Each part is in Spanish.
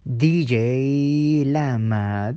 DJ Lama.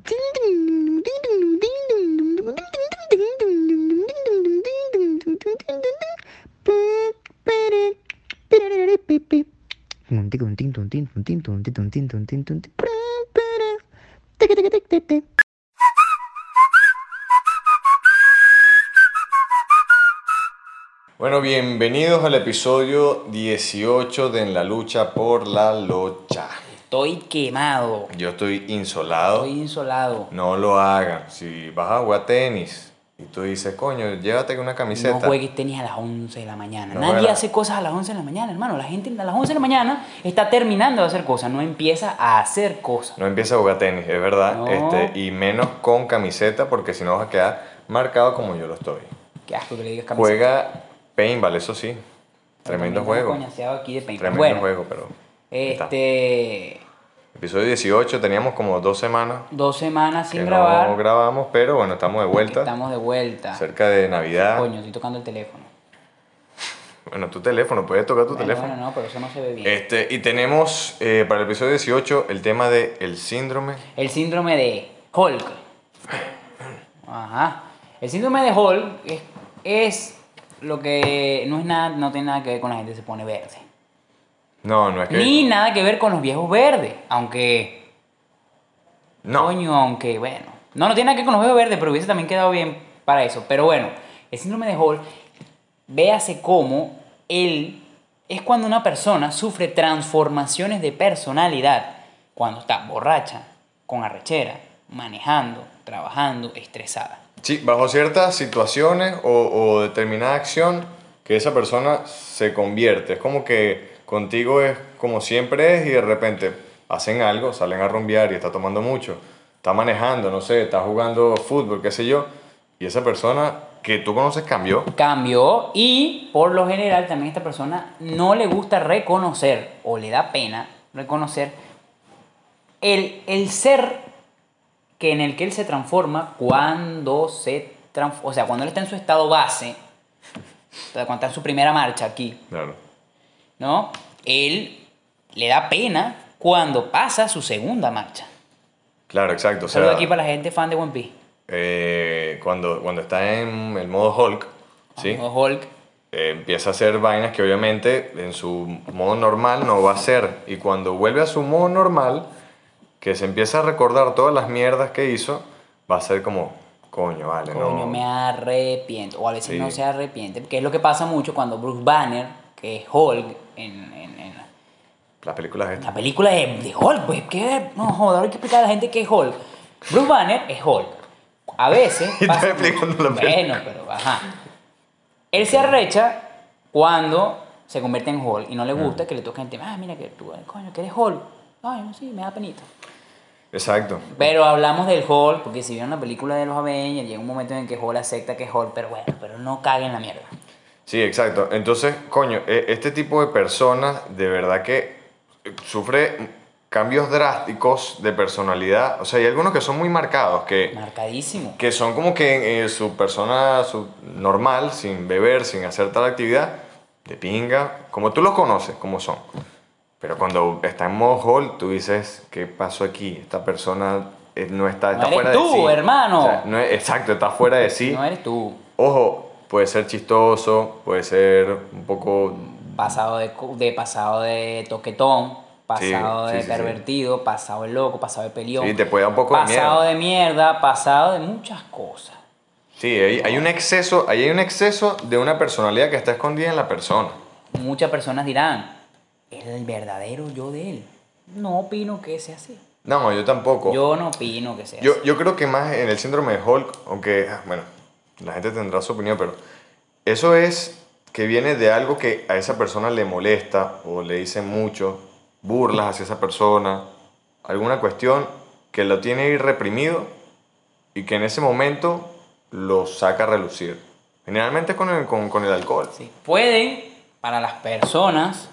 Bueno, bienvenidos al episodio 18 de En la lucha por la locha. Estoy quemado. Yo estoy insolado. Estoy insolado. No lo hagan. Si vas a jugar tenis y tú dices, coño, llévate una camiseta. No juegues tenis a las 11 de la mañana. No Nadie juega. hace cosas a las 11 de la mañana, hermano. La gente a las 11 de la mañana está terminando de hacer cosas, no empieza a hacer cosas. No empieza a jugar tenis, es verdad. No. Y menos con camiseta porque si no vas a quedar marcado como yo lo estoy. Qué asco que le digas camiseta. Juega paintball, eso sí. Tremendo juego. Coñaseado aquí de paintball. Tremendo Bueno, juego, pero... está. Episodio Episodio 18, teníamos como 2 semanas 2 semanas sin que grabar. no grabamos, pero bueno, estamos de vuelta. Estamos de vuelta. Cerca de Navidad. Coño, estoy tocando el teléfono. Bueno, tu teléfono, puedes tocar tu Bueno, teléfono. no, pero eso no se ve bien. Y tenemos para el episodio 18 el tema de el síndrome. El síndrome de Hulk. Ajá. El síndrome de Hulk es lo que no es nada, no tiene nada que ver con la gente que se pone verde. No es que... Ni nada que ver con los viejos verdes. Aunque, No. coño, aunque, bueno. No tiene nada que ver con los viejos verdes, pero hubiese también quedado bien para eso. Pero bueno, el síndrome de Hulk, véase cómo él es cuando una persona sufre transformaciones de personalidad. Cuando está borracha, con arrechera, manejando, trabajando, estresada. Sí, bajo ciertas situaciones o determinada acción que esa persona se convierte. Es como que contigo es como siempre es y de repente hacen algo, salen a rumbear y está tomando mucho. Está manejando, no sé, está jugando fútbol, qué sé yo. Y esa persona que tú conoces cambió. Cambió y por lo general también a esta persona no le gusta reconocer o le da pena reconocer el ser que en el que él se transforma cuando o sea, cuando él está en su estado base, o sea, cuando está en su primera marcha aquí, Claro. ¿no? Él le da pena cuando pasa su segunda marcha. Claro, exacto. O sea, Saludo aquí para la gente fan de One Piece. cuando está en el modo Hulk, ¿sí? Como Hulk. Empieza a hacer vainas que obviamente en su modo normal no va a hacer. Y cuando vuelve a su modo normal, que se empieza a recordar todas las mierdas que hizo, va a ser como, coño, vale, Coño, no. me arrepiento. O a veces Sí. no se arrepiente. Que es lo que pasa mucho cuando Bruce Banner, que es Hulk, en Las películas la estas. película de Hulk, pues, que no joder, hay que explicar a la gente qué es Hulk. Bruce Banner es Hulk. A veces. Y pasa estás explicando mucho. la película. Bueno, pero ajá. Él se arrecha cuando se convierte en Hulk y no le gusta que le toque gente. Mira que tú, coño, que eres Hulk. Ay, no, sí, me da penita. Exacto. Pero hablamos del Hulk, porque si vieron la película de los Avengers, llega un momento en que Hulk acepta que es Hulk, pero bueno, pero no caguen la mierda. Sí, exacto. Entonces, coño, este tipo de personas de verdad que sufre cambios drásticos de personalidad. O sea, hay algunos que son muy marcados, Marcadísimo. que son como que su persona normal, sin beber, sin hacer tal actividad, de pinga, como tú los conoces, como son. Pero cuando está en modo Hulk, tú dices, ¿qué pasó aquí? Esta persona no está, No está eres fuera de tú, sí. hermano. O sea, exacto, está fuera de sí. No eres tú. Ojo, puede ser chistoso, puede ser un poco... Pasado de toquetón, pasado Sí, de sí, sí. pervertido, pasado de loco, pasado de peleón. Sí, te puede dar un poco de pasado miedo. de mierda, pasado de muchas cosas. Sí, hay un exceso, ahí hay un exceso de una personalidad que está escondida en la persona. Muchas personas dirán, es el verdadero yo de él. No opino que sea así. No, yo tampoco. Yo no opino que sea así. Yo creo que más en el síndrome de Hulk, aunque, bueno, la gente tendrá su opinión, pero eso es que viene de algo que a esa persona le molesta o le dicen mucho, burlas hacia esa persona, alguna cuestión que lo tiene ahí reprimido y que en ese momento lo saca a relucir. Generalmente es con el alcohol. Sí. Pueden, para las personas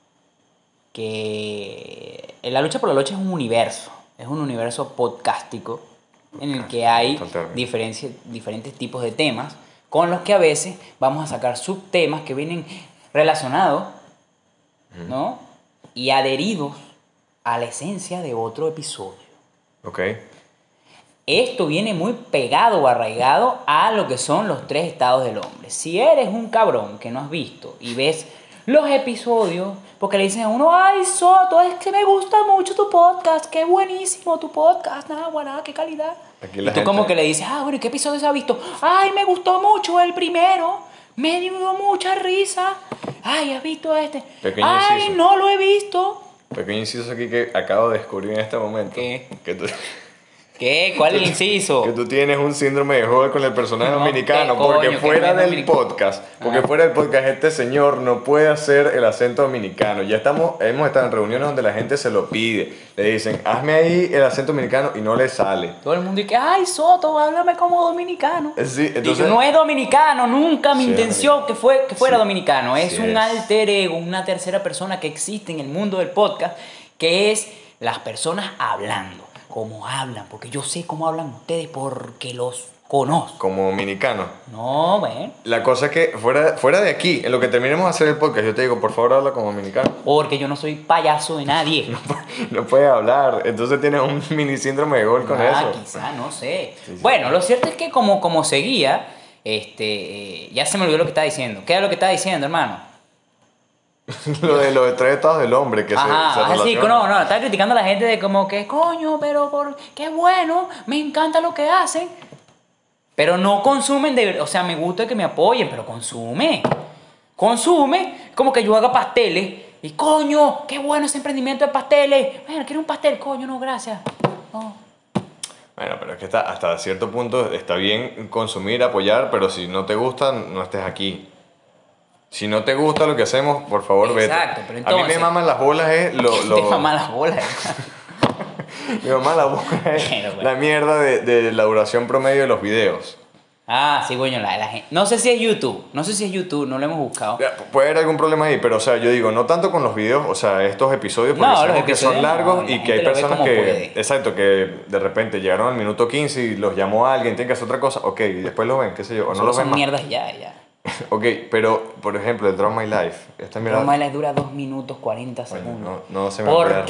que... La lucha por la lucha es un universo podcástico en el que hay diferentes tipos de temas con los que a veces vamos a sacar subtemas que vienen relacionados, ¿no? Y adheridos a la esencia de otro episodio. Ok. Esto viene muy pegado o arraigado a lo que son los 3 estados del hombre. Si eres un cabrón que no has visto y ves los episodios, porque le dicen a uno, ay, Soto, es que me gusta mucho tu podcast, qué buenísimo tu podcast, nada, guará, qué calidad. Aquí Y la tú como gente- que le dices, bueno, ¿y qué episodios has visto? Ay, me gustó mucho el primero, me dio mucha risa. Ay, ¿has visto este? Pequeño Ay, inciso. no lo he visto. Pequeño inciso aquí que acabo de descubrir en este momento. ¿Qué? Que tú, ¿Qué? ¿Cuál es el inciso? que tú tienes un síndrome de Hulk con el personaje No, dominicano. ¿qué coño? Porque ¿Qué fuera mierda del dominicano? podcast, este señor no puede hacer el acento dominicano. Ya hemos estado en reuniones donde la gente se lo pide. Le dicen, hazme ahí el acento dominicano y no le sale. Todo el mundo dice, ay, Soto, háblame como dominicano. Sí, entonces... Y no es dominicano, nunca mi Sí, es intención que fuera Sí. dominicano. Es Sí un es. alter ego, una tercera persona que existe en el mundo del podcast, que es las personas hablando, como hablan, porque yo sé cómo hablan ustedes porque los conozco. Como dominicano. No, bueno, La cosa es que fuera de aquí, en lo que terminemos de hacer el podcast, yo te digo, por favor, habla como dominicano. porque yo no soy payaso de nadie. No puedes hablar. Entonces tienes un mini síndrome de Hulk con eso. Quizá, no sé. Sí. Bueno, lo cierto es que como seguía, ya se me olvidó lo que estaba diciendo. ¿Qué era lo que estaba diciendo, hermano? Lo de 3 estados del hombre que se Ajá, sí, relacionan. no, estaba criticando a la gente de como que, coño, pero qué bueno, me encanta lo que hacen. Pero no consumen, o sea, me gusta que me apoyen, pero consume. Consume, como que yo haga pasteles. Y coño, qué bueno ese emprendimiento de pasteles. Bueno, quiero un pastel, coño, no, gracias. No. Bueno, pero es que hasta cierto punto está bien consumir, apoyar, pero si no te gusta, no estés aquí. Si no te gusta lo que hacemos, por favor, vete. Exacto, pero A mí entonces- me maman las bolas es Te maman las bolas. Me maman las bolas es Pero bueno. la mierda de la duración promedio de los videos. Ah, sí, coño, la gente. No sé si es YouTube, no lo hemos buscado. Ya, puede haber algún problema ahí, pero o sea, yo digo, no tanto con los videos, o sea, estos episodios, porque No, los sabemos que son episodios largos no, la y que hay gente lo ve personas como que, puede. exacto, que de repente llegaron al minuto 15 y los llamó a alguien, tienen que hacer otra cosa, ok, y después lo ven, qué sé yo, o no Solo los ven son más. mierdas ya. Ok, pero, por ejemplo, el Draw My Life, esta mierda... Roma les dura 2 minutos 40 segundos. no se me ¿Por olvida. qué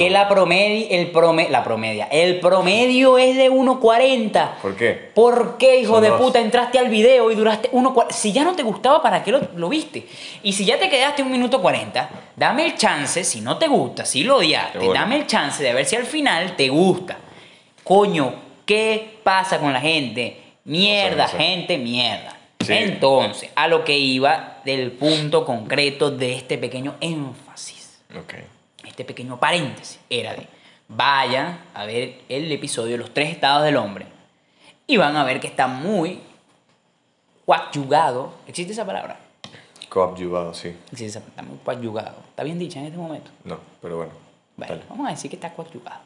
el promedio es de 1.40? ¿Por qué? ¿Por qué, hijo Son de dos. puta, entraste al video y duraste 1.40? Si ya no te gustaba, ¿para qué lo viste? Y si ya te quedaste 1 minuto 40, dame el chance, si no te gusta, si lo odiaste, Qué bueno. dame el chance de ver si al final te gusta. Coño, ¿qué pasa con la gente? Mierda, No sé. gente, mierda. Sí. Entonces, a lo que iba del punto concreto de este pequeño énfasis, Ok. este pequeño paréntesis, era de vayan a ver el episodio de los 3 estados del hombre y van a ver que está muy coadyugado. ¿Existe esa palabra? Coadyuvado, sí. Existe esa palabra, está muy coadyugado. ¿Está bien dicha en este momento? No, pero bueno. Bueno, dale. vamos a decir que está coadyugado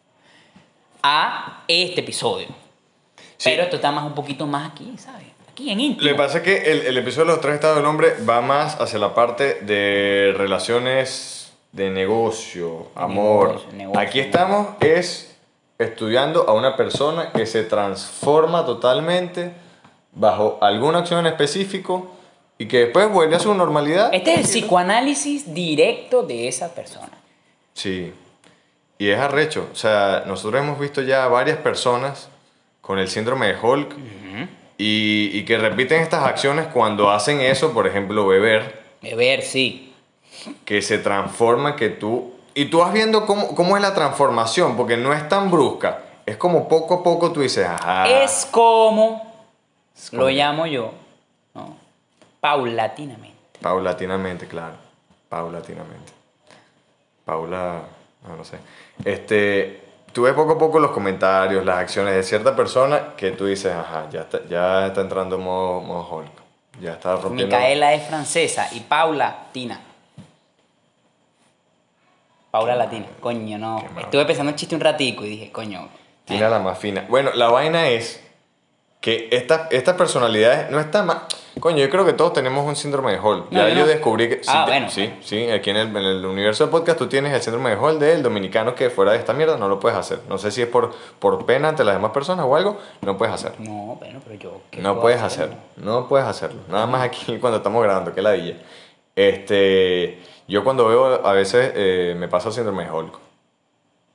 a este episodio. Sí. Pero esto está más un poquito más aquí, ¿sabes? Aquí en íntimo. Lo que pasa es que el episodio de los 3 estados del hombre va más hacia la parte de relaciones de negocio, amor. negocio. Aquí estamos es estudiando a una persona que se transforma totalmente bajo alguna acción en específico y que después vuelve a su normalidad. Este es el psicoanálisis directo de esa persona. Sí. Y es arrecho. O sea, nosotros hemos visto ya varias personas con el síndrome de Hulk y que repiten estas acciones cuando hacen eso, por ejemplo, beber. Beber, sí. Que se transforma, que tú... Y tú vas viendo cómo es la transformación, porque no es tan brusca. Es como poco a poco tú dices, ajá. Es como, lo como- llamo yo, ¿no? Paulatinamente. Paulatinamente, claro. Paulatinamente. No sé. Tú ves poco a poco los comentarios, las acciones de cierta persona que tú dices, ajá, ya está entrando en modo Hulk. Ya está rompiendo... Micaela es francesa y Paula Tina. Paula Latina. Coño, no. Qué mal. Estuve pensando en chiste un ratico y dije, coño. Tina la más fina. Bueno, la vaina es que estas personalidades no están más... Coño, yo creo que todos tenemos un síndrome de Hulk. No, Ya yo yo no. descubrí que... Ah, bueno. Sí, aquí en el universo del podcast tú tienes el síndrome de Hulk del dominicano que fuera de esta mierda no lo puedes hacer. No sé si es por pena ante las demás personas o algo, no puedes hacerlo. No, bueno, pero yo. ¿qué No puedo puedes hacer? hacerlo. No puedes hacerlo. Nada más aquí cuando estamos grabando, que ladilla. Yo cuando veo, a veces me pasa el síndrome de Hulk.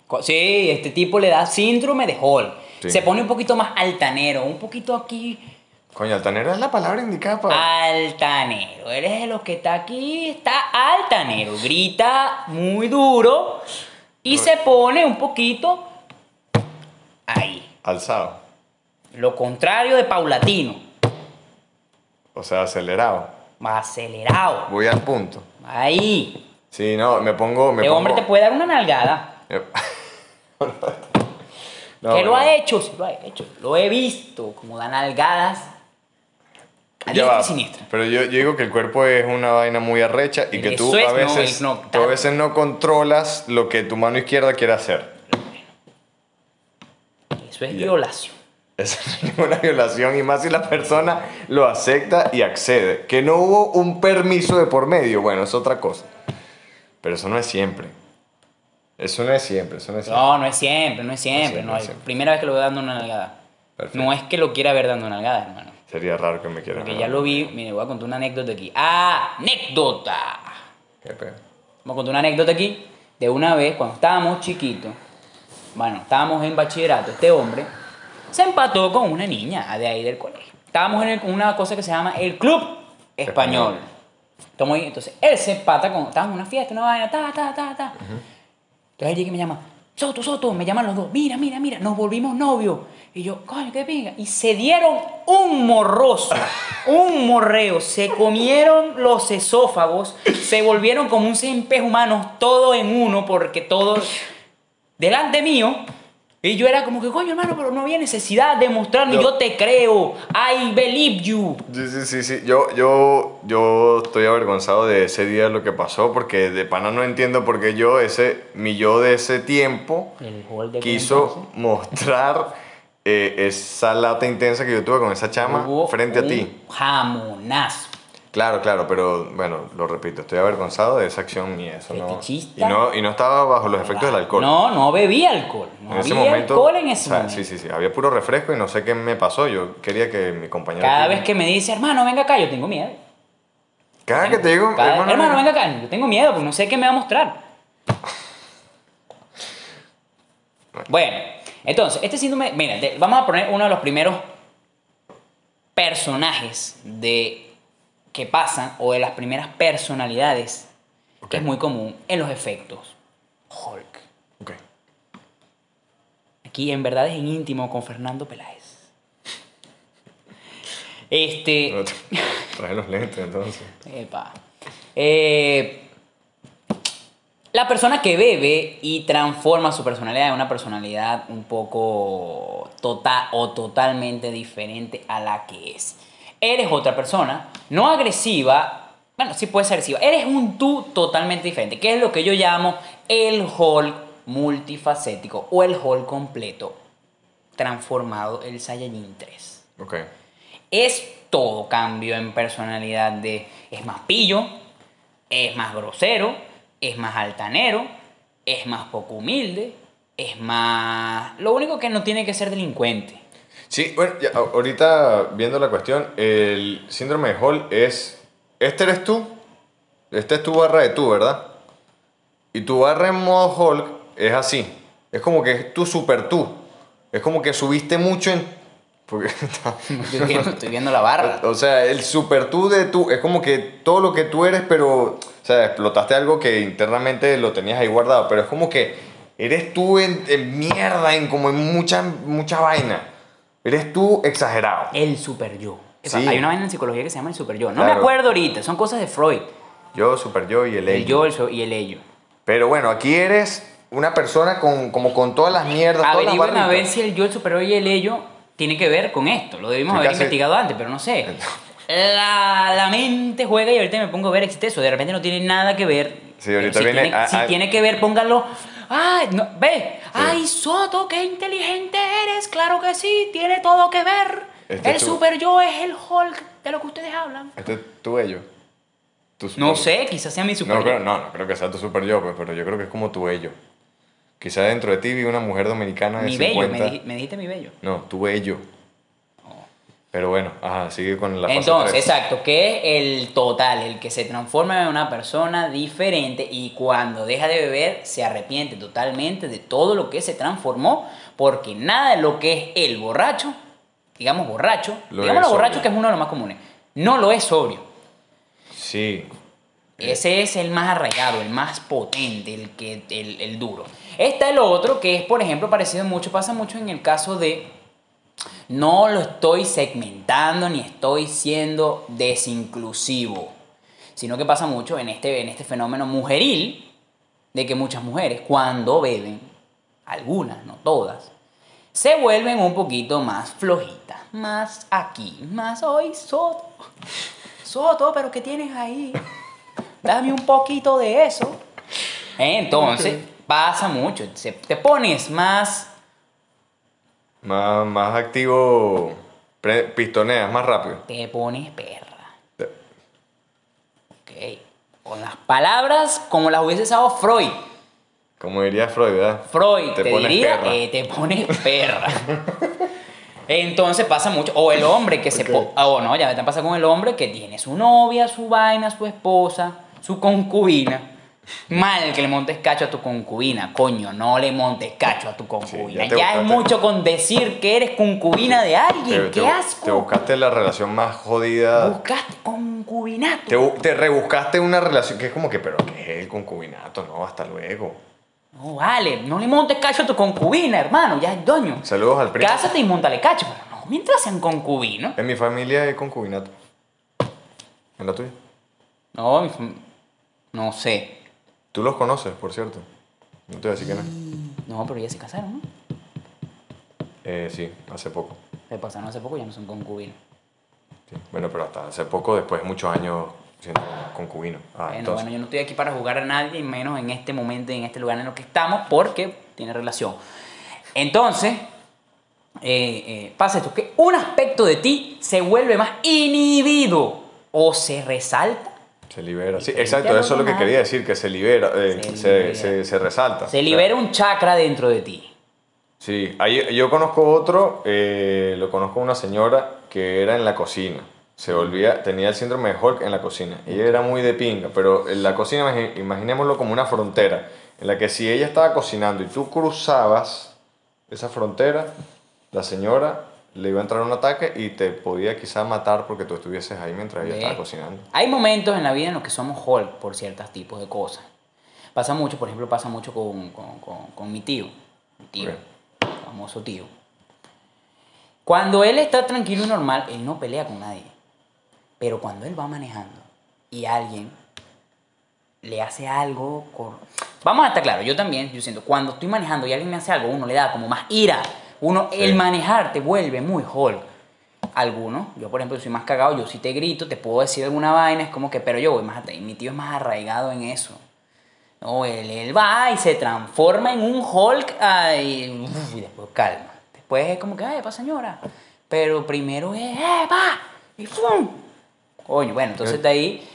Sí, este tipo le da síndrome de Hulk. Sí. Se pone un poquito más altanero, un poquito aquí. Coño, altanero es la palabra indicada para... Altanero. Eres de los que está aquí, está altanero. Grita muy duro y se pone un poquito ahí. Alzado. Lo contrario de paulatino. O sea, acelerado. Acelerado. Voy al punto. Ahí. Sí, no, me pongo... El hombre te puede dar una nalgada. No, que lo no. ha hecho, sí lo ha hecho. Lo he visto como da nalgadas. A Ya diestra va, y siniestra. pero yo digo que el cuerpo es una vaina muy arrecha y que tú Eso es, a veces, no, tú a veces no controlas lo que tu mano izquierda quiere hacer. Eso es Ya. violación. Esa no es ninguna violación y más si la persona lo acepta y accede. Que no hubo un permiso de por medio, bueno, es otra cosa. Pero eso no es siempre. Eso no es siempre, eso no es siempre. No, no es siempre, no es siempre. No No es es siempre. primera vez que lo veo dando una nalgada. Perfecto. No es que lo quiera ver dando nalgadas, hermano. Sería raro que me quieran. Porque ya lo vi. Mire, voy a contar una anécdota aquí. ¡Anécdota! Qué pedo. Vamos a contar una anécdota aquí de una vez cuando estábamos chiquitos. Bueno, estábamos en bachillerato. Este hombre se empató con una niña de ahí del colegio. Estábamos en una cosa que se llama el Club Español. Estamos ahí, entonces él se empata con. Estábamos en una fiesta, una vaina, ta. Entonces él llega y me llama, Soto, me llaman los dos, mira, nos volvimos novios. Y yo, coño, qué pinga. Y se dieron un morroso, un morreo. Se comieron los esófagos, se volvieron como un cien pies humanos, todo en uno, porque todos delante mío. Y yo era como que, coño, hermano, pero no había necesidad de mostrarme. No. Yo te creo. I believe you. Sí. Yo estoy avergonzado de ese día lo que pasó porque de pana no entiendo por qué mi yo de ese tiempo El gol de quiso mostrar esa lata intensa que yo tuve con esa chama Hubo frente a un ti. jamonazo. Claro, pero bueno, lo repito, estoy avergonzado de esa acción mía. Eso no, Fetichista. y no estaba bajo los efectos del alcohol. No bebía alcohol. No En ese había momento, alcohol en ese o sea, momento. sí, había puro refresco y no sé qué me pasó. Yo quería que mi compañero... Cada aquí- vez que me dice, hermano, venga acá, yo tengo miedo. Cada vez que te digo, Hermano, venga acá, yo tengo miedo porque no sé qué me va a mostrar. Bueno, entonces, este síndrome, mira, vamos a poner uno de los primeros personajes que pasan o de las primeras personalidades que Ok. es muy común en los efectos. Hulk. Ok. Aquí en verdad es en íntimo con Fernando Peláez. Trae los lentes entonces. Epa. La persona que bebe y transforma su personalidad en una personalidad un poco totalmente diferente a la que es. Eres otra persona, no agresiva, bueno, sí puede ser agresiva. Eres un tú totalmente diferente, que es lo que yo llamo el Hulk multifacético o el Hulk completo, transformado, el Saiyajin 3. Ok. Es todo cambio en personalidad es más pillo, es más grosero, es más altanero, es más poco humilde, es más... Lo único que no tiene que ser delincuente. Sí, bueno, ya, ahorita viendo la cuestión, el síndrome de Hall es... Este eres tú, esta es tu barra de tú, ¿verdad? Y tu barra en modo Hulk es así. Es como que es tu super tú. Es como que subiste mucho en... Porque Estoy viendo la barra. O sea, el super tú de tú es como que todo lo que tú eres, pero, o sea, explotaste algo que internamente lo tenías ahí guardado, pero es como que eres tú en mierda, como en mucha vaina. Eres tú exagerado. El super yo. Epa, Sí. hay una vaina en psicología que se llama el super yo. No Claro. me acuerdo ahorita, son cosas de Freud. Yo, super yo y el El ello. yo y el ello. Pero bueno, aquí eres una persona como con todas las mierdas, todas las Averigüen a ver barritas. si el yo, el superior y el ello tiene que ver con esto. Lo debimos Sí, haber casi- investigado antes, pero no sé. La mente juega y ahorita me pongo a ver, existe eso. De repente no tiene nada que ver. Sí, ahorita Pero si viene Tiene, si a- tiene que ver, pónganlo. ¡Ay! No, ve. ¡Ay, Soto, qué inteligente eres! Claro que sí, tiene todo que ver. Este El es tu- super yo es el Hulk de lo que ustedes hablan. Este es tu ello. Tu super- No sé, quizás sea mi super yo. No creo que sea tu super yo, pues, pero yo creo que es como tu ello. Quizá dentro de ti vi una mujer dominicana de Mi bello, 50. me dijiste mi bello. No, tu ello. Pero bueno, ajá, sigue con la fase Entonces, 3. exacto, que es el total, el que se transforma en una persona diferente y cuando deja de beber se arrepiente totalmente de todo lo que se transformó, porque nada de lo que es el borracho, digamos borracho, Lo digámoslo es borracho sobrio. que es uno de los más comunes, no lo es sobrio. Sí. Ese es el más arraigado, el más potente, el duro. Está el otro que es, por ejemplo, parecido mucho, pasa mucho en el caso de, no lo estoy segmentando ni estoy siendo desinclusivo, sino que pasa mucho en este fenómeno mujeril, de que muchas mujeres cuando beben, algunas, no todas, se vuelven un poquito más flojitas, más aquí, más hoy, Soto, Soto, pero ¿qué tienes ahí? Dame un poquito de eso. Entonces, pasa mucho. Te pones más. Más activo, pistoneas más rápido. Te pones perra. Ok. Con las palabras como las hubiese usado Freud. Como diría Freud, ¿verdad? Freud Te te pones diría, perra. te pones perra. Entonces pasa mucho. O el hombre que se Ok. pone. O no, ya me pasa con el hombre que tiene su novia, su vaina, su esposa, su concubina. Mal que le montes cacho a tu concubina, coño, no le montes cacho a tu concubina. ya te Ya es buscaste. mucho con decir que eres concubina de alguien, qué asco. Te buscaste la relación más jodida. Buscaste concubinato. Te rebuscaste una relación que es como que, pero ¿qué es el concubinato? No, hasta luego. No vale, no le montes cacho a tu concubina, hermano, ya es doño. Saludos al primo. Cásate y montale cacho, pero no mientras sean concubinos. En mi familia hay concubinato. ¿En la tuya? No, no sé. Tú los conoces, por cierto. No te voy a decir que no. No, pero ya se casaron, ¿no? Sí, hace poco. Se pasaron hace poco, ya no son concubinos. Sí. Bueno, pero hasta hace poco, después de muchos años siendo concubino. Bueno, yo no estoy aquí para jugar a nadie, y menos en este momento y en este lugar en el que estamos, porque tiene relación. Entonces, pasa esto, que un aspecto de ti se vuelve más inhibido o se resalta. Se libera. Sí, Diferente exacto, a lo eso es lo que demás. quería decir, que se libera, se resalta. Se libera un chakra dentro de ti. Sí, yo conozco otro, lo conozco una señora que era en la cocina. Tenía el síndrome de Hulk en la cocina. Ella era muy de pinga, pero en la cocina, imaginémoslo como una frontera, en la que si ella estaba cocinando y tú cruzabas esa frontera, la señora le iba a entrar un ataque y te podía quizás matar porque tú estuvieses ahí mientras ella Ve. estaba cocinando. Hay momentos en la vida en los que somos Hulk por ciertos tipos de cosas. Pasa mucho, por ejemplo, pasa mucho con mi tío. Mi tío, Ok. famoso tío. Cuando él está tranquilo y normal, él no pelea con nadie. Pero cuando él va manejando y alguien le hace algo... Vamos a estar claros, yo también, yo siento, cuando estoy manejando y alguien me hace algo, uno le da como más ira. Sí. El manejar te vuelve muy Hulk. Algunos, yo por ejemplo soy más cagado, yo sí te grito, te puedo decir alguna vaina, es como que, pero yo voy más atrás. Y mi tío es más arraigado en eso. No, él va y se transforma en un Hulk y después calma. Después es como que, pa señora. Pero primero es, pa, y ¡fum! Coño, bueno, entonces de ahí,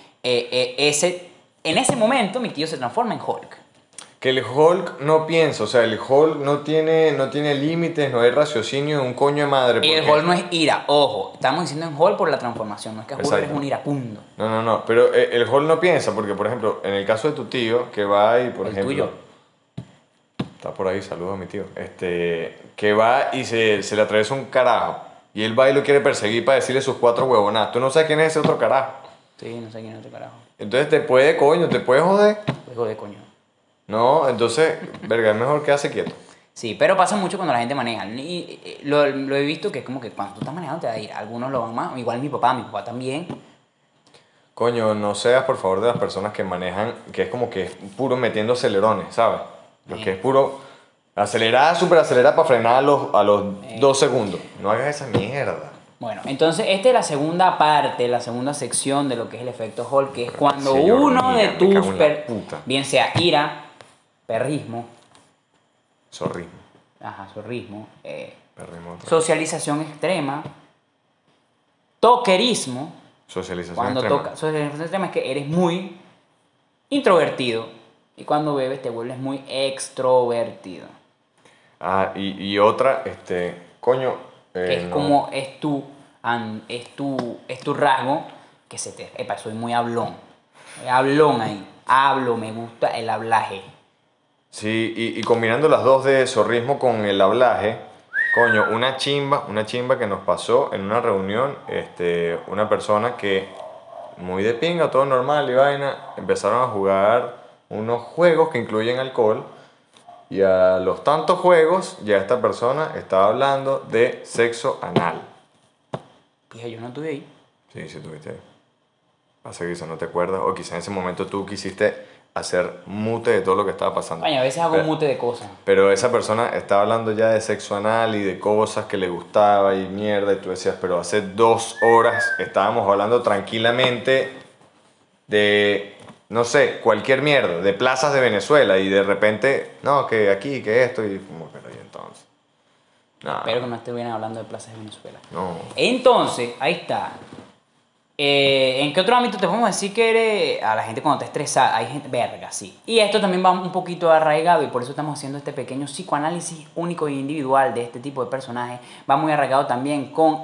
en ese momento mi tío se transforma en Hulk. Que el Hulk no piensa, o sea, el Hulk no tiene límites, no hay raciocinio de un coño de madre. Y el porque- Hulk no es ira, ojo, estamos diciendo en Hulk por la transformación, no es que Hulk Exacto. es un iracundo. No, pero el Hulk no piensa, porque por ejemplo, en el caso de tu tío, que va y por El ejemplo... tuyo. Está por ahí, saludos a mi tío. Que va y se le atraviesa un carajo. Y él va y lo quiere perseguir para decirle sus 4 huevonadas. Tú no sabes quién es ese otro carajo. Sí, no sé quién es otro carajo. Entonces te puede, coño, te puede joder. Pues joder, coño. No, entonces, verga, es mejor quedarse quieto. Sí, pero pasa mucho cuando la gente maneja. Y lo he visto que es como que cuando tú estás manejando te va a ir. Algunos lo van más, igual mi papá también. Coño, no seas por favor de las personas que manejan, que es como que es puro metiendo acelerones, ¿sabes? Lo que es puro acelerar, super acelerar para frenar a los 2 segundos. No hagas esa mierda. Bueno, entonces esta es la segunda parte, la segunda sección de lo que es el efecto Hulk, que es cuando Sí, uno hormiga, de me tus, cago en la puta. bien sea ira, perrismo, Zorrismo. zorrismo, Perrismo otra. socialización extrema, toquerismo, Socialización cuando extrema. socialización extrema es que eres muy introvertido y cuando bebes te vuelves muy extrovertido. Y otra, coño. Que es no. como es tu es tu rasgo que se te... Epa, soy muy hablón. Hablón ahí. Hablo, me gusta el hablaje. Sí, y combinando las dos de zorrismo con el hablaje, coño, una chimba que nos pasó en una reunión, una persona que, muy de pinga, todo normal y vaina, empezaron a jugar unos juegos que incluyen alcohol, y a los tantos juegos ya esta persona estaba hablando de sexo anal. Dije, yo no estuve ahí. Sí, sí tuviste. Pasa que quizás no te acuerdas, o quizás en ese momento tú quisiste hacer mute de todo lo que estaba pasando. Coño, a veces hago un mute de cosas. Pero esa persona estaba hablando ya de sexo anal y de cosas que le gustaba y mierda, y tú decías, pero hace 2 horas estábamos hablando tranquilamente de, no sé, cualquier mierda, de plazas de Venezuela, y de repente, no, que aquí, que esto, y como, pero y entonces. Nah, Espero que no estuvieran hablando de plazas de Venezuela. no. Entonces, ahí está. ¿En qué otro ámbito te podemos decir que eres a la gente cuando te estresa? Hay gente, verga, sí. Y esto también va un poquito arraigado y por eso estamos haciendo este pequeño psicoanálisis único e individual de este tipo de personajes. Va muy arraigado también con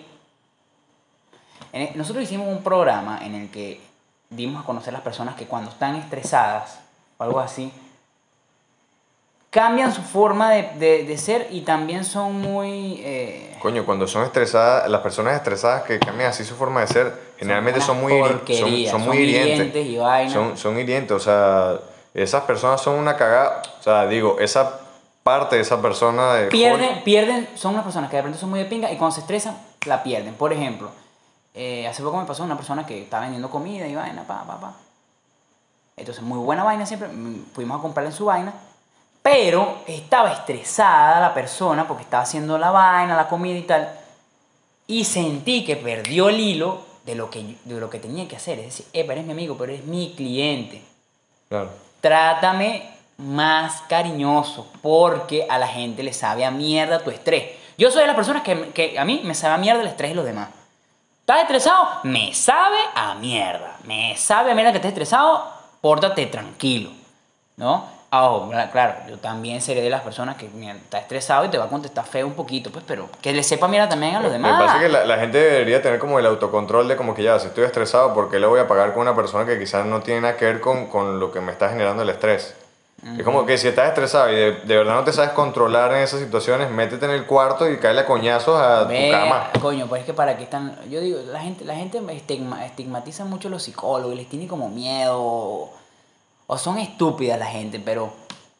nosotros hicimos un programa en el que dimos a conocer las personas que cuando están estresadas o algo así, cambian su forma de ser y también son muy... Coño, cuando son estresadas, las personas estresadas que cambian así su forma de ser, generalmente unas son muy, porquerías, son muy son hirientes. hirientes y vainas. Son hirientes, o sea, esas personas son una cagada. O sea, digo, esa parte de esa persona de... Pierden, son unas personas que de repente son muy de pinga y cuando se estresan, la pierden. Por ejemplo, hace poco me pasó una persona que estaba vendiendo comida y vaina, pa. Entonces, muy buena vaina siempre, fuimos a comprarle su vaina, pero estaba estresada la persona porque estaba haciendo la vaina, la comida y tal, y sentí que perdió el hilo de lo que tenía que hacer. Es decir, eres mi amigo, pero eres mi cliente. Claro. Trátame más cariñoso porque a la gente le sabe a mierda tu estrés. Yo soy de las personas que a mí me sabe a mierda el estrés y los demás. ¿Estás estresado? Me sabe a mierda. Me sabe a mierda que estés estresado, pórtate tranquilo, ¿no? Claro, yo también seré de las personas que mira, está estresado y te va a contestar feo un poquito, pues, pero que le sepa mierda también a los demás. Me parece que la gente debería tener como el autocontrol de como que ya, si estoy estresado, ¿por qué le voy a pagar con una persona que quizás no tiene nada que ver con lo que me está generando el estrés? Es como que si estás estresado y de verdad no te sabes controlar en esas situaciones, métete en el cuarto y cae a coñazos a tu cama. Coño, pues es que para qué están... Yo digo, la gente estigmatiza mucho a los psicólogos y les tiene como miedo o son estúpidas la gente, pero...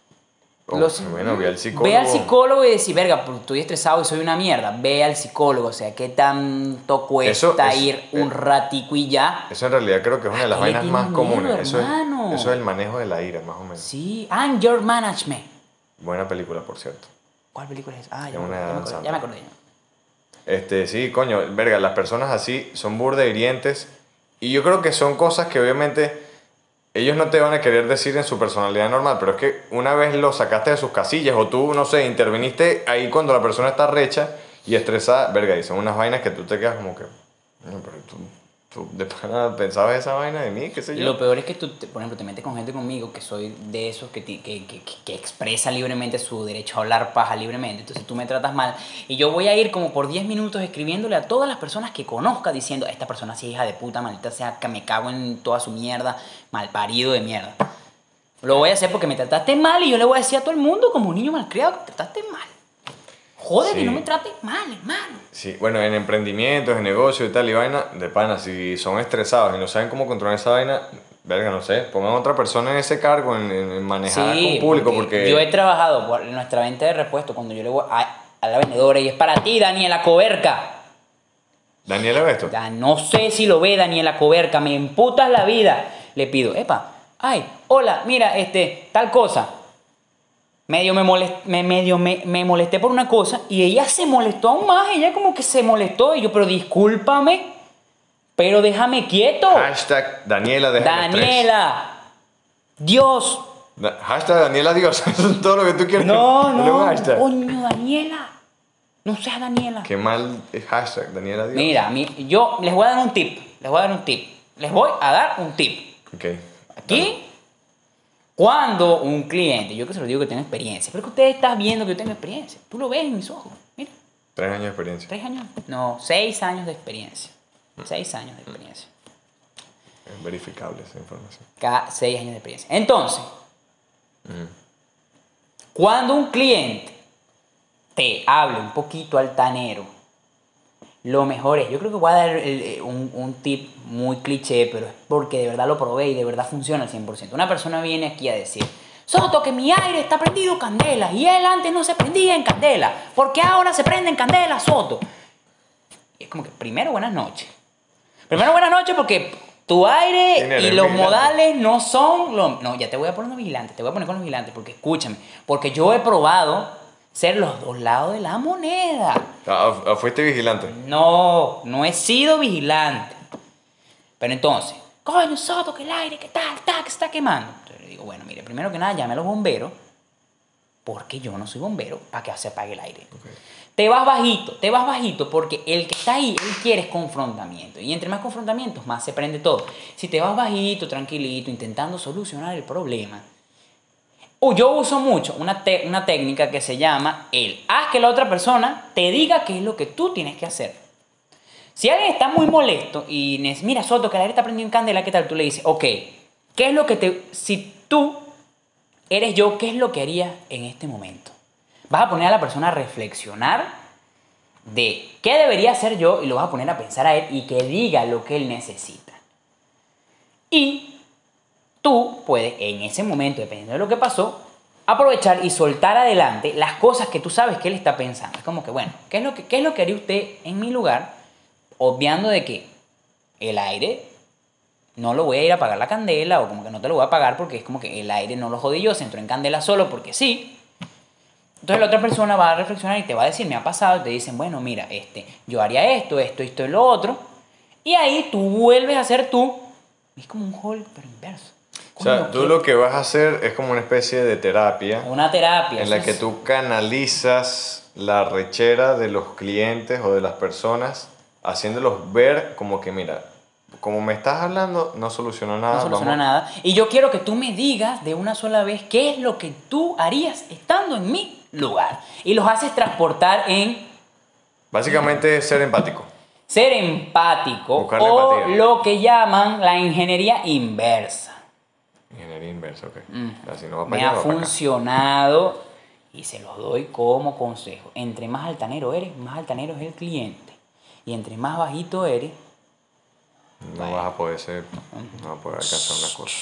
Bueno, ve al psicólogo. Ve al psicólogo y decir, verga, pues estoy estresado y soy una mierda. Ve al psicólogo, o sea, ¿qué tanto cuesta ir un ratico y ya? Eso en realidad creo que es una de las ¿A qué le vainas más tienes comunes. miedo, Eso hermano? es el manejo de la ira, más o menos. Sí, Anger Management. Buena película, por cierto. ¿Cuál película es esa? Ah, Es una de Adam ya me Sandler. acordé. Sí, coño, verga, las personas así son burda hirientes y yo creo que son cosas que obviamente ellos no te van a querer decir en su personalidad normal, pero es que una vez lo sacaste de sus casillas o tú, no sé, interviniste ahí cuando la persona está recha y estresada, verga, y son unas vainas que tú te quedas como que, "No, pero tú de pana pensabas esa vaina de mí, qué sé Y yo". lo peor es que tú, por ejemplo, te metes con gente conmigo que soy de esos que expresa libremente su derecho a hablar paja libremente. Entonces tú me tratas mal y yo voy a ir como por 10 minutos escribiéndole a todas las personas que conozca diciendo, esta persona sí es hija de puta, maldita sea, que me cago en toda su mierda, malparido de mierda. Lo voy a hacer porque me trataste mal y yo le voy a decir a todo el mundo como un niño malcriado que te trataste mal. Joder, Sí. y no me trates mal, hermano. Sí, bueno, en emprendimientos, en negocios y tal y vaina, de pana, si son estresados y no saben cómo controlar esa vaina, verga, no sé, pongan a otra persona en ese cargo, en manejar con público, porque... yo he trabajado por nuestra venta de repuestos cuando yo le voy a la vendedora y es para ti, Daniela Coberca. Daniela, ¿ves esto? Ya no sé si lo ve Daniela Coberca, me emputas la vida. Le pido, epa, ay, hola, mira, tal cosa. Me molesté por una cosa y ella se molestó aún más, ella como que se molestó y yo, pero discúlpame, pero déjame quieto. Hashtag Daniela, déjame estrés. Daniela, Dios. Hashtag Daniela Dios, eso es todo lo que tú quieres. No, Un hashtag. coño, Daniela. No seas Daniela. Qué mal es hashtag Daniela Dios. Mira, yo les voy a dar un tip. Les voy a dar un tip. Ok. Aquí, cuando un cliente, yo que se lo digo que tengo experiencia, pero que ustedes están viendo que yo tengo experiencia. Tú lo ves en mis ojos. Mira, 3 años de experiencia. 3 años, no, 6 años de experiencia. 6 años de experiencia. Es verificable esa información. Cada 6 años de experiencia. Entonces, cuando un cliente te hable un poquito altanero, lo mejor es, yo creo que voy a dar un tip muy cliché, pero es porque de verdad lo probé y de verdad funciona al 100%. Una persona viene aquí a decir, Soto, que mi aire está prendido candela y él antes no se prendía en candela, ¿por qué ahora se prende en candela, Soto? Y es como que, primero, buenas noches. Primero, buenas noches porque tu aire y los vigilante? modales no son... No, ya te voy a poner vigilante, te voy a poner con los vigilantes porque escúchame, porque yo he probado ser los dos lados de la moneda. ¿Fuiste vigilante? No he sido vigilante. Pero entonces, coño, Soto, que el aire, que tal, que se está quemando. Entonces le digo, bueno, mire, primero que nada, llame a los bomberos, porque yo no soy bombero, para que se apague el aire. Okay. Te vas bajito, porque el que está ahí, él quiere confrontamiento. Y entre más confrontamientos, más se prende todo. Si te vas bajito, tranquilito, intentando solucionar el problema. Yo uso mucho una técnica que se llama haz que la otra persona te diga qué es lo que tú tienes que hacer. Si alguien está muy molesto y mira, Soto, que el aire está prendido en candela, ¿qué tal? Tú le dices, ok, ¿qué es lo que si tú eres yo, qué es lo que harías en este momento? Vas a poner a la persona a reflexionar de qué debería hacer yo y lo vas a poner a pensar a él y que diga lo que él necesita. Y tú puedes, en ese momento, dependiendo de lo que pasó, aprovechar y soltar adelante las cosas que tú sabes que él está pensando. Es como que, bueno, ¿qué es lo que haría usted en mi lugar? Obviando de que el aire no lo voy a ir a apagar la candela o como que no te lo voy a apagar porque es como que el aire no lo jodí yo, se entró en candela solo porque sí. Entonces la otra persona va a reflexionar y te va a decir, me ha pasado, y te dicen, bueno, mira, yo haría esto y lo otro. Y ahí tú vuelves a ser tú. Es como un hall, pero inverso. O sea, tú lo que vas a hacer es como una especie de terapia. Una terapia. En la que tú canalizas la rechera de los clientes o de las personas, haciéndolos ver como que, mira, como me estás hablando, no solucionó nada. No soluciona nada. Y yo quiero que tú me digas de una sola vez qué es lo que tú harías estando en mi lugar. Y los haces transportar en... Básicamente ser empático. Ser empático Buscarle o empatía. lo que llaman la ingeniería inversa. Ingeniería inversa, ok. Así no va Me para ha allá, va para acá. funcionado y se los doy como consejo. Entre más altanero eres, más altanero es el cliente. Y entre más bajito eres, No vas a poder alcanzar una cosa.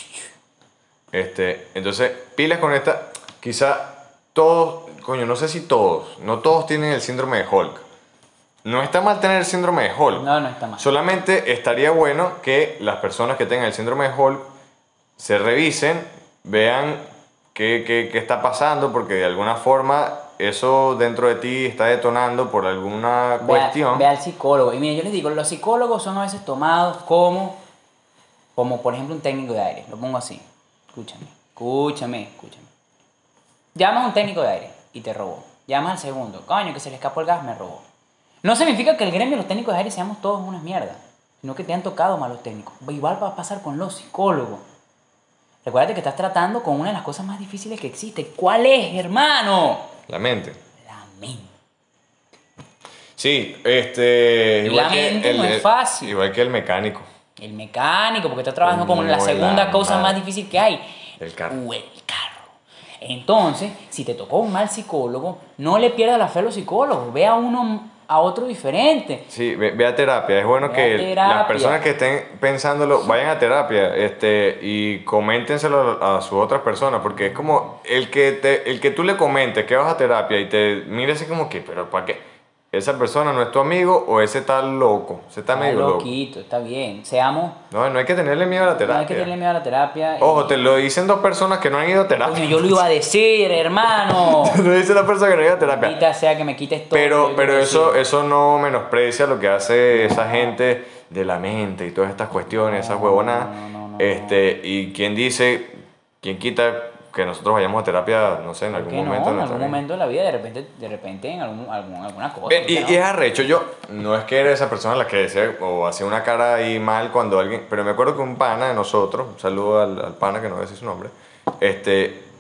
Entonces, pilas con esta. Quizá todos, no sé si todos, no todos tienen el síndrome de Hulk. No está mal tener el síndrome de Hulk. no está mal. Solamente estaría bueno que las personas que tengan el síndrome de Hulk se revisen, vean qué está pasando, porque de alguna forma eso dentro de ti está detonando por alguna cuestión. Ve al psicólogo. Y mire, yo les digo, los psicólogos son a veces tomados como por ejemplo un técnico de aire. Lo pongo así. Escúchame. Llamas a un técnico de aire y te robó. Llamas al segundo. Coño, que se le escapó el gas, me robó. No significa que el gremio de los técnicos de aire seamos todos unas mierdas, sino que te han tocado malos técnicos. Igual va a pasar con los psicólogos. Recuerda que estás tratando con una de las cosas más difíciles que existe. ¿Cuál es, hermano? La mente. La mente. Sí, La mente no es fácil. Igual que el mecánico. El mecánico, porque está trabajando como la segunda cosa más difícil que hay. El carro. El carro. Entonces, si te tocó un mal psicólogo, no le pierdas la fe a los psicólogos. Ve a otro diferente. Sí, ve a terapia. Es bueno que las personas que estén pensándolo vayan a terapia y coméntenselo a sus otras personas, porque es como el que tú le comentes que vas a terapia y te mire así como que, pero ¿para qué? Esa persona no es tu amigo o ese está loco, ese está medio loquito, loco. está bien. Seamos... No hay que tenerle miedo a la terapia. No hay que tenerle miedo a la terapia. Ojo, te lo dicen dos personas que no han ido a terapia. Coño, yo lo iba a decir, hermano. Te lo dice la persona que no ha ido a terapia. Maldita sea que me quites todo. Pero eso no menosprecia lo que hace esa gente de la mente y todas estas cuestiones, esas huevonadas. Y quién quita que nosotros vayamos a terapia, no sé, en algún momento. En algún momento de la vida, de repente en alguna cosa. Y es arrecho, yo no es que era esa persona la que decía o hacía una cara ahí mal cuando alguien, pero me acuerdo que un pana de nosotros, un saludo al pana que no voy a decir su nombre,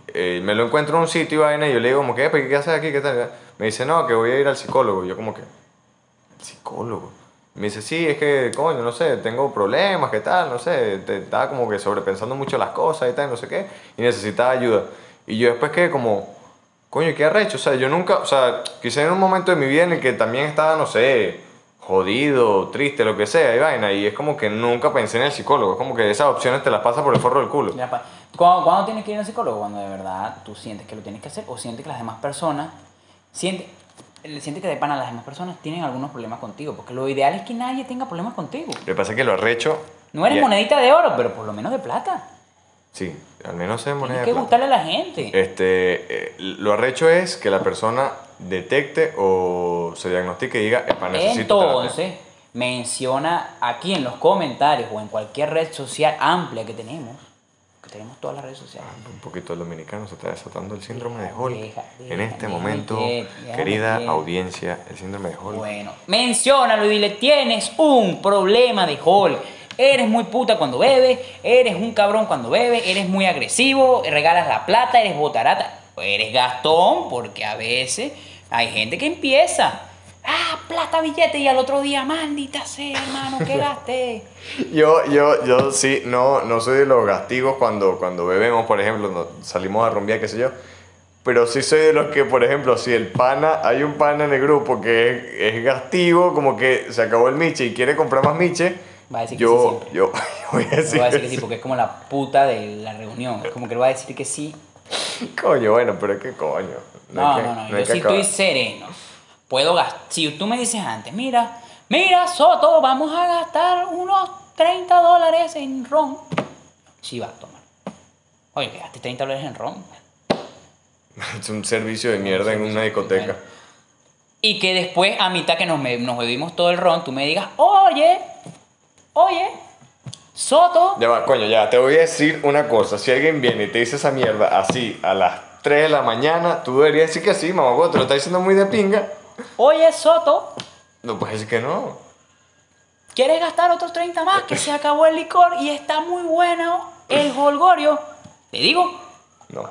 me lo encuentro en un sitio y vaina y yo le digo como que, ¿qué haces aquí? ¿Qué tal? Me dice, no, que voy a ir al psicólogo. Y yo como que, ¿el psicólogo? Me dice, sí, es que, coño, no sé, tengo problemas, ¿qué tal? No sé, estaba como que sobrepensando mucho las cosas y tal, no sé qué, y necesitaba ayuda. Y yo después quedé como, coño, qué arrecho, o sea, yo nunca, o sea, quizá en un momento de mi vida en el que también estaba, no sé, jodido, triste, lo que sea, y vaina, y es como que nunca pensé en el psicólogo, es como que esas opciones te las pasa por el forro del culo. Ya, ¿Cuándo tienes que ir al psicólogo? Cuando de verdad tú sientes que lo tienes que hacer o sientes que las demás personas, sientes, sientes que de pana las demás personas tienen algunos problemas contigo. Porque lo ideal es que nadie tenga problemas contigo. Lo que pasa es que lo arrecho, No eres ya, monedita de oro, pero por lo menos de plata. sí, al menos es moneda Tienes de que plata. gustarle a la gente. Lo arrecho es que la persona detecte o se diagnostique y diga, "Epa, necesito terapia". Entonces, menciona aquí en los comentarios o en cualquier red social amplia que tenemos todas las redes sociales. Un poquito el dominicano se está desatando el síndrome de Hulk. Deja, En este déjame momento, déjame querida quieto. audiencia, el síndrome de Hulk. Bueno, menciónalo y dile, tienes un problema de Hulk. Eres muy puta cuando bebes, eres un cabrón cuando bebes, eres muy agresivo, regalas la plata, eres botarata, o eres gastón, porque a veces hay gente que empieza, plata, billete, y al otro día, maldita sea, hermano, ¿qué gasté? Yo sí, no soy de los gastigos cuando bebemos, por ejemplo, salimos a rumbear, qué sé yo. Pero sí soy de los que, por ejemplo, si hay un pana en el grupo que es gastigo, como que se acabó el miche y quiere comprar más miche, Va a decir que sí siempre. yo voy a Le decir voy a decir que que sí, sí. porque es como la puta de la reunión. Es como que le voy a decir que sí. Coño, bueno, pero es que coño. No, hay que, no, no. no hay Yo que sí estoy acabar. sereno. Puedo gastar. Si tú me dices antes, mira, Soto, vamos a gastar unos $30 en ron. Sí, va, toma. Oye, que gasté $30 en ron. Es un servicio de Un mierda en servicio, una discoteca. bueno. Y que después, a mitad que nos bebimos todo el ron, tú me digas, oye, Soto. Ya va, coño, ya, te voy a decir una cosa. Si alguien viene y te dice esa mierda así a las 3 de la mañana, tú deberías decir que sí, mamá, te lo está diciendo muy de pinga. Oye, Soto, No puedes decir que no. ¿quieres gastar otros 30 más? Que se acabó el licor y está muy bueno el holgorio. Te digo, No.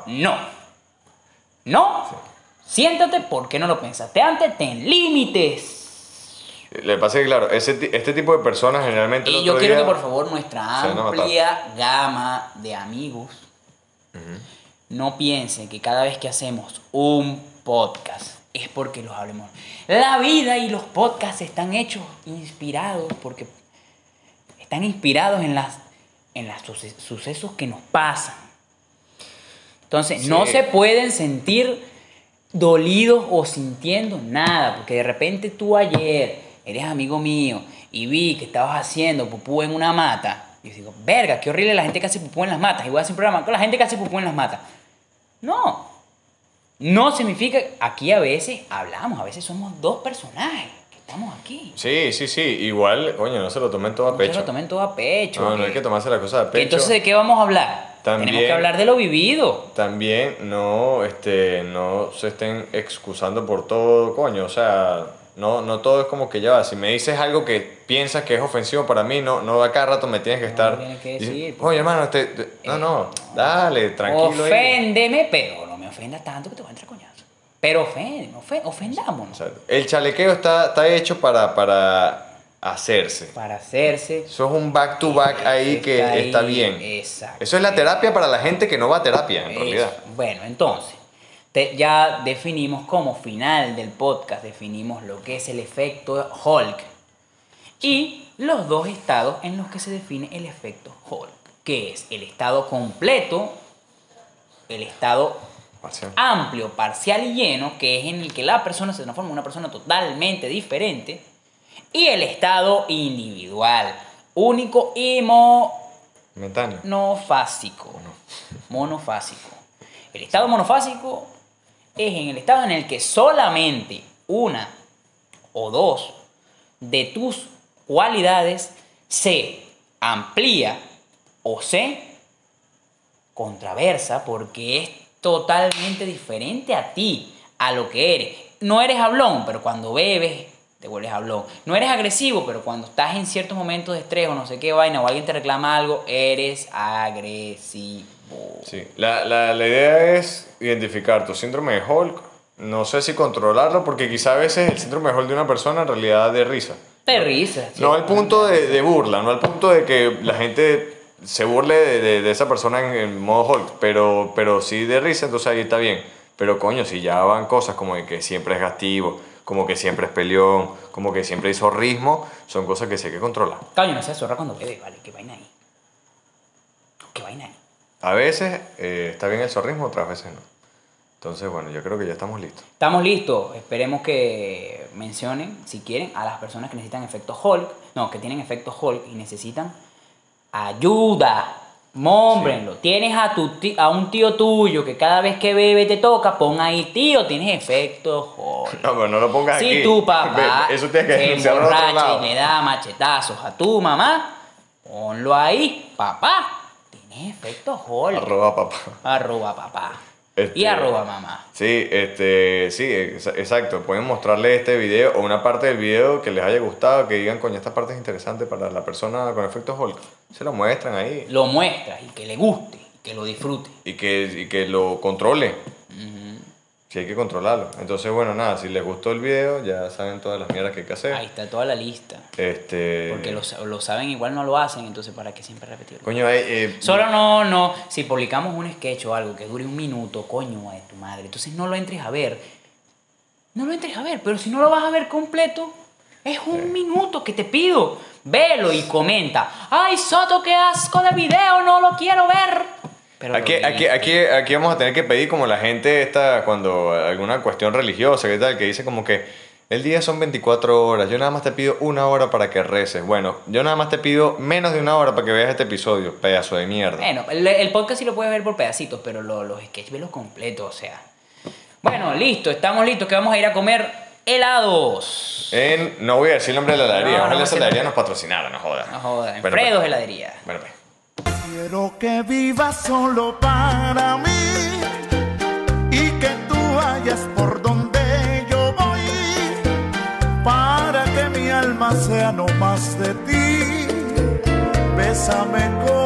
no. Siéntate porque no lo pensaste antes, ten límites. Le pasa que, claro, este tipo de personas generalmente el Y yo otro quiero día que por favor nuestra se van a matar. amplia gama de amigos no piensen que cada vez que hacemos un podcast es porque los hablemos. La vida y los podcasts están hechos, inspirados, porque están inspirados en las sucesos que nos pasan. Entonces, Sí. no se pueden sentir dolidos o sintiendo nada, porque de repente tú ayer eres amigo mío y vi que estabas haciendo pupú en una mata. Y yo digo, verga, qué horrible la gente que hace pupú en las matas. Y voy a hacer un programa con la gente que hace pupú en las matas. No significa, aquí a veces hablamos, a veces somos dos personajes que estamos aquí. Sí, igual, coño, no se lo tomen todo a No se pecho. lo tomen todo a pecho. No hay que tomarse la cosa a Que pecho. entonces, ¿de qué vamos a hablar? También- Tenemos que hablar de lo vivido. También no se estén excusando por todo, coño, o sea, no todo es como que ya va. Si me dices algo que piensas que es ofensivo para mí, no a cada rato me tienes que estar tienes que diciendo, decir, oye hermano, dale, tranquilo ahí. Oféndeme, pero no me ofendas tanto que te voy a entrar coñazo. Pero ofendámonos. O sea, el chalequeo está hecho para hacerse. Para hacerse. Eso es un back to back ahí que está bien. Exacto. Eso es la terapia para la gente que no va a terapia, en realidad. Eso. Bueno, entonces, ya definimos como final del podcast, definimos lo que es el efecto Hulk y los dos estados en los que se define el efecto Hulk, que es el estado completo, el estado Parcial. amplio, parcial y lleno, que es en el que la persona se transforma en una persona totalmente diferente, y el estado individual, único y Metáneo. monofásico. El estado monofásico es en el estado en el que solamente una o dos de tus cualidades se amplía o se contraversa porque es totalmente diferente a ti, a lo que eres. No eres hablón, pero cuando bebes te vuelves hablón. No eres agresivo, pero cuando estás en ciertos momentos de estrés o no sé qué vaina o alguien te reclama algo, eres agresivo. Sí, la idea es identificar tu síndrome de Hulk. No sé si controlarlo, porque quizá a veces el síndrome de Hulk de una persona en realidad de risa. De risa. No al punto de burla, no al punto de que la gente se burle de esa persona en modo Hulk, pero sí de risa, entonces ahí está bien. Pero coño, si ya van cosas como de que siempre es gastivo, como que siempre es peleón, como que siempre hizo ritmo, son cosas que sí hay que controlar. Coño, no se zorra cuando bebe, vale, qué vaina ahí. Qué vaina ahí. A veces está bien el zorrismo, otras veces no. Entonces, bueno, yo creo que ya estamos listos. Estamos listos. Esperemos que mencionen, si quieren, a las personas que necesitan efecto Hulk. No, que tienen efecto Hulk y necesitan ayuda. Mómbrenlo. Sí. Tienes a un tío tuyo que cada vez que bebe te toca, pon ahí, tío, tienes efecto Hulk. No, pero no lo pongas aquí. Si tu papá Eso tienes que se denunciarlo en otro emborracha lado. y le da machetazos a tu mamá, ponlo ahí, papá. Tienes efecto Hulk. Arroba papá. Arroba papá. Y arroba mamá. Sí, exacto. Pueden mostrarle este video o una parte del video que les haya gustado, que digan, coño, esta parte es interesante para la persona con efectos Hulk. Se lo muestran ahí. Lo muestras y que le guste, y que lo disfrute. Y que lo controle. Sí, hay que controlarlo. Entonces, bueno, nada, si les gustó el video, ya saben todas las mierdas que hay que hacer. Ahí está toda la lista. Porque Porque lo saben, igual no lo hacen, entonces ¿para qué siempre repetirlo? Coño, Solo no, si publicamos un sketch o algo que dure 1 minuto, coño de tu madre, entonces no lo entres a ver. No lo entres a ver, pero si no lo vas a ver completo, es 1 minuto que te pido. Velo y comenta. ¡Ay, Soto, qué asco de video! ¡No lo quiero ver! Pero aquí vamos a tener que pedir como la gente esta, cuando alguna cuestión religiosa, ¿qué tal? Que dice como que el día son 24 horas, yo nada más te pido 1 hora para que reces. Bueno, yo nada más te pido menos de 1 hora para que veas este episodio, pedazo de mierda. Bueno, el podcast sí lo puedes ver por pedacitos, pero los sketches velos completos, o sea. Bueno, listo, estamos listos, que vamos a ir a comer helados. No voy a decir el nombre de la heladería, No, ojalá no, esa heladería nos patrocinara, no jodas. No jodas, Bueno, Fredos pues. Heladería. Bueno, pues. Quiero que vivas solo para mí y que tú vayas por donde yo voy, para que mi alma sea no más de ti. Bésame con